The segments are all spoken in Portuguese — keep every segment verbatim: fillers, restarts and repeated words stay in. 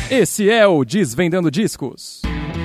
Esse é o Desvendando Discos.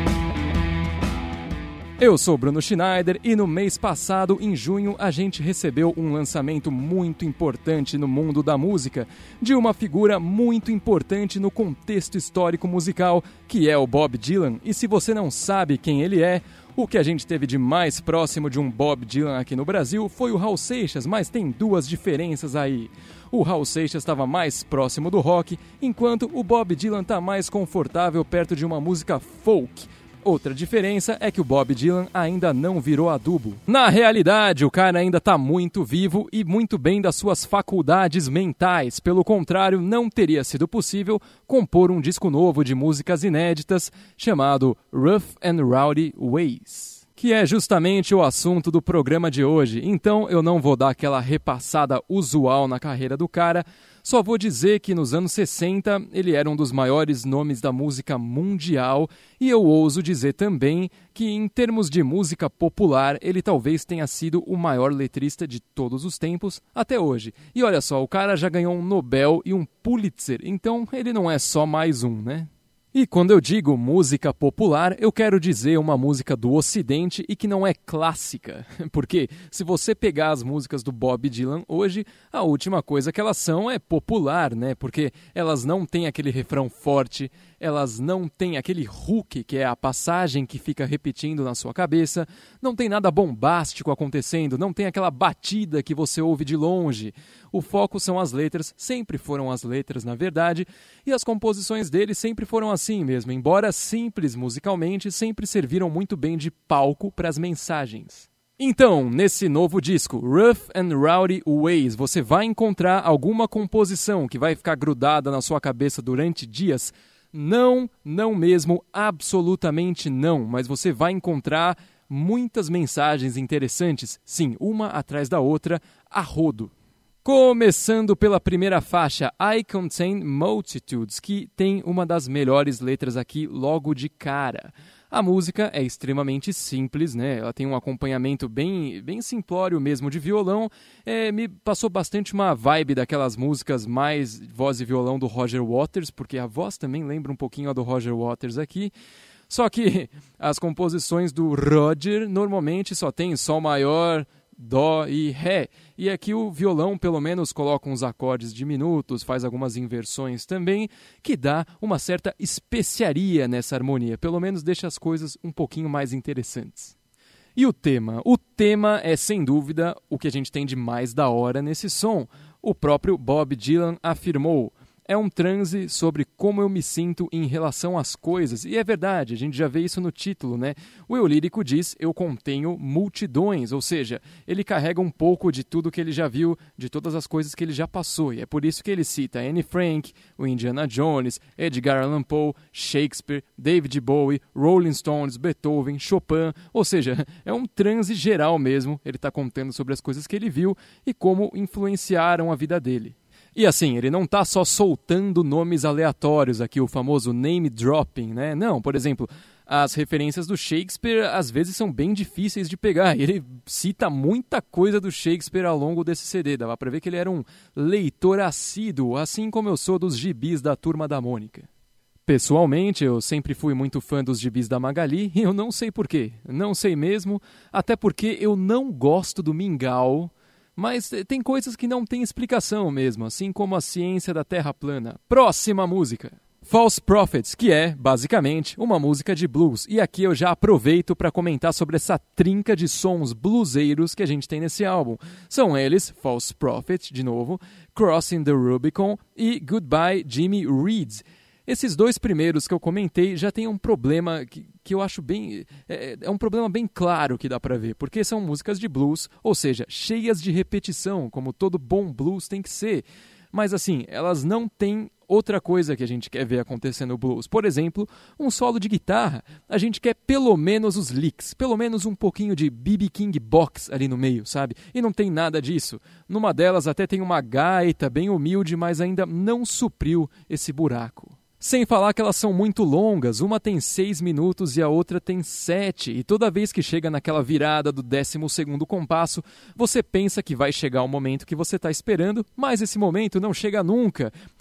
Eu sou Bruno Schneider e no mês passado, em junho, a gente recebeu um lançamento muito importante no mundo da música, de uma figura muito importante no contexto histórico musical, que é o Bob Dylan. E se você não sabe quem ele é, o que a gente teve de mais próximo de um Bob Dylan aqui no Brasil foi o Raul Seixas, mas tem duas diferenças aí. O Raul Seixas estava mais próximo do rock, enquanto o Bob Dylan está mais confortável perto de uma música folk. Outra diferença é que o Bob Dylan ainda não virou adubo. Na realidade, o cara ainda está muito vivo e muito bem das suas faculdades mentais. Pelo contrário, não teria sido possível compor um disco novo de músicas inéditas chamado Rough and Rowdy Ways, que é justamente o assunto do programa de hoje. Então eu não vou dar aquela repassada usual na carreira do cara, só vou dizer que nos anos sessenta ele era um dos maiores nomes da música mundial e eu ouso dizer também que em termos de música popular ele talvez tenha sido o maior letrista de todos os tempos até hoje. E olha só, o cara já ganhou um Nobel e um Pulitzer, então ele não é só mais um, né? E quando eu digo música popular, eu quero dizer uma música do Ocidente e que não é clássica. Porque se você pegar as músicas do Bob Dylan hoje, a última coisa que elas são é popular, né? Porque elas não têm aquele refrão forte, elas não têm aquele hook, que é a passagem que fica repetindo na sua cabeça, não tem nada bombástico acontecendo, não tem aquela batida que você ouve de longe. O foco são as letras, sempre foram as letras, na verdade, e as composições dele sempre foram assim mesmo, embora simples musicalmente, sempre serviram muito bem de palco para as mensagens. Então, nesse novo disco, Rough and Rowdy Ways, você vai encontrar alguma composição que vai ficar grudada na sua cabeça durante dias? Não, não mesmo, absolutamente não, mas você vai encontrar muitas mensagens interessantes, sim, uma atrás da outra, a rodo. Começando pela primeira faixa, I Contain Multitudes, que tem uma das melhores letras aqui logo de cara. A música é extremamente simples, né? Ela tem um acompanhamento bem, bem simplório mesmo de violão. É, me passou bastante uma vibe daquelas músicas mais voz e violão do Roger Waters, porque a voz também lembra um pouquinho a do Roger Waters aqui. Só que as composições do Roger normalmente só tem Sol maior, Dó e Ré. E aqui o violão pelo menos coloca uns acordes diminutos, faz algumas inversões também, que dá uma certa especiaria nessa harmonia. Pelo menos deixa as coisas um pouquinho mais interessantes. E o tema? O tema é, sem dúvida, o que a gente tem de mais da hora nesse som. O próprio Bob Dylan afirmou: é um transe sobre como eu me sinto em relação às coisas. E é verdade, a gente já vê isso no título, né? O eu lírico diz, eu contenho multidões, ou seja, ele carrega um pouco de tudo que ele já viu, de todas as coisas que ele já passou. E é por isso que ele cita Anne Frank, o Indiana Jones, Edgar Allan Poe, Shakespeare, David Bowie, Rolling Stones, Beethoven, Chopin. Ou seja, é um transe geral mesmo. Ele está contando sobre as coisas que ele viu e como influenciaram a vida dele. E assim, ele não está só soltando nomes aleatórios aqui, o famoso name dropping, né? Não, por exemplo, as referências do Shakespeare às vezes são bem difíceis de pegar. Ele cita muita coisa do Shakespeare ao longo desse C D. Dava para ver que ele era um leitor assíduo, assim como eu sou dos gibis da Turma da Mônica. Pessoalmente, eu sempre fui muito fã dos gibis da Magali e eu não sei porquê. Não sei mesmo, até porque eu não gosto do mingau. Mas tem coisas que não tem explicação mesmo, assim como a ciência da Terra plana. Próxima música. False Prophets, que é, basicamente, uma música de blues. E aqui eu já aproveito para comentar sobre essa trinca de sons bluseiros que a gente tem nesse álbum. São eles, False Prophet, de novo, Crossing the Rubicon e Goodbye Jimmy Reed. Esses dois primeiros que eu comentei já tem um problema que, que eu acho bem... É, é um problema bem claro que dá pra ver, porque são músicas de blues, ou seja, cheias de repetição, como todo bom blues tem que ser. Mas assim, elas não têm outra coisa que a gente quer ver acontecer no blues. Por exemplo, um solo de guitarra. A gente quer pelo menos os licks, pelo menos um pouquinho de B B King Box ali no meio, sabe? E não tem nada disso. Numa delas até tem uma gaita bem humilde, mas ainda não supriu esse buraco. Sem falar que elas são muito longas, uma tem seis minutos e a outra tem sete, e toda vez que chega naquela virada do décimo segundo compasso, você pensa que vai chegar o momento que você está esperando, mas esse momento não chega nunca.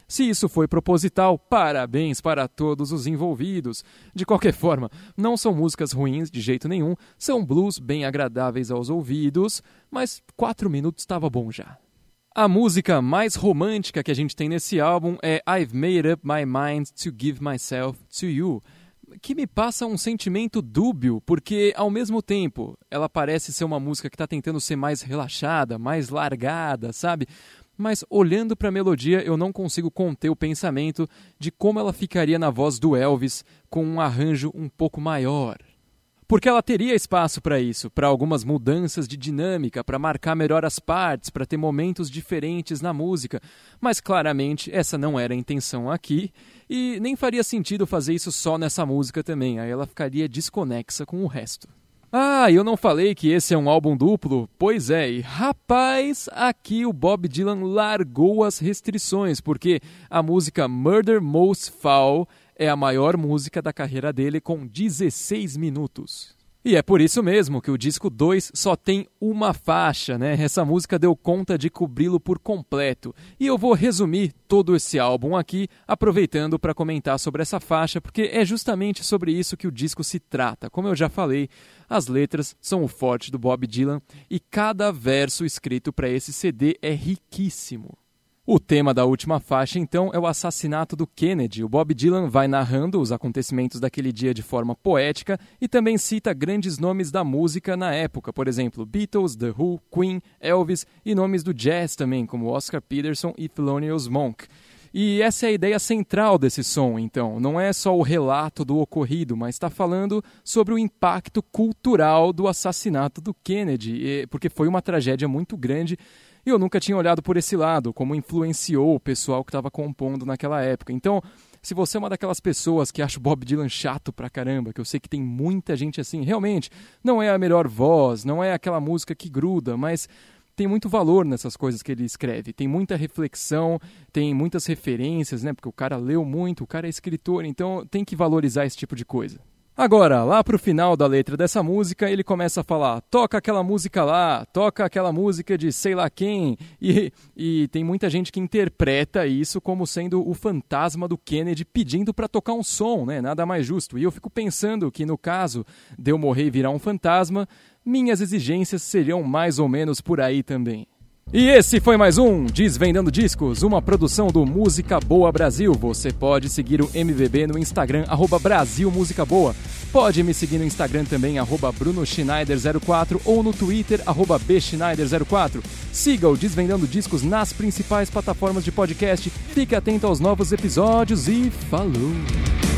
Se isso foi proposital, parabéns para todos os envolvidos. De qualquer forma, não são músicas ruins de jeito nenhum, são blues bem agradáveis aos ouvidos, mas quatro minutos estava bom já. A música mais romântica que a gente tem nesse álbum é I've Made Up My Mind to Give Myself to You, que me passa um sentimento dúbio, porque ao mesmo tempo ela parece ser uma música que está tentando ser mais relaxada, mais largada, sabe? Mas olhando para a melodia eu não consigo conter o pensamento de como ela ficaria na voz do Elvis com um arranjo um pouco maior. Porque ela teria espaço para isso, para algumas mudanças de dinâmica, para marcar melhor as partes, para ter momentos diferentes na música. Mas claramente essa não era a intenção aqui e nem faria sentido fazer isso só nessa música também, aí ela ficaria desconexa com o resto. Ah, eu não falei que esse é um álbum duplo? Pois é, e rapaz, aqui o Bob Dylan largou as restrições, porque a música Murder Most Foul é a maior música da carreira dele com dezesseis minutos. E é por isso mesmo que o disco dois só tem uma faixa, né? Essa música deu conta de cobri-lo por completo. E eu vou resumir todo esse álbum aqui, aproveitando para comentar sobre essa faixa, porque é justamente sobre isso que o disco se trata. Como eu já falei, as letras são o forte do Bob Dylan e cada verso escrito para esse C D é riquíssimo. O tema da última faixa, então, é o assassinato do Kennedy. O Bob Dylan vai narrando os acontecimentos daquele dia de forma poética e também cita grandes nomes da música na época, por exemplo, Beatles, The Who, Queen, Elvis e nomes do jazz também, como Oscar Peterson e Thelonious Monk. E essa é a ideia central desse som, então. Não é só o relato do ocorrido, mas está falando sobre o impacto cultural do assassinato do Kennedy, porque foi uma tragédia muito grande. E eu nunca tinha olhado por esse lado, como influenciou o pessoal que estava compondo naquela época. Então, se você é uma daquelas pessoas que acha o Bob Dylan chato pra caramba, que eu sei que tem muita gente assim, realmente, não é a melhor voz, não é aquela música que gruda, mas tem muito valor nessas coisas que ele escreve. Tem muita reflexão, tem muitas referências, né? Porque o cara leu muito, o cara é escritor, então tem que valorizar esse tipo de coisa. Agora, lá pro final da letra dessa música, ele começa a falar, toca aquela música lá, toca aquela música de sei lá quem, e, e tem muita gente que interpreta isso como sendo o fantasma do Kennedy pedindo pra tocar um som, né? Nada mais justo. E eu fico pensando que no caso de eu morrer e virar um fantasma, minhas exigências seriam mais ou menos por aí também. E esse foi mais um Desvendando Discos, uma produção do Música Boa Brasil. Você pode seguir o M V B no Instagram, arroba Brasil Música Boa. Pode me seguir no Instagram também, arroba Bruno Schneider zero quatro, ou no Twitter, arroba B Schneider zero quatro. Siga o Desvendando Discos nas principais plataformas de podcast. Fique atento aos novos episódios e falou!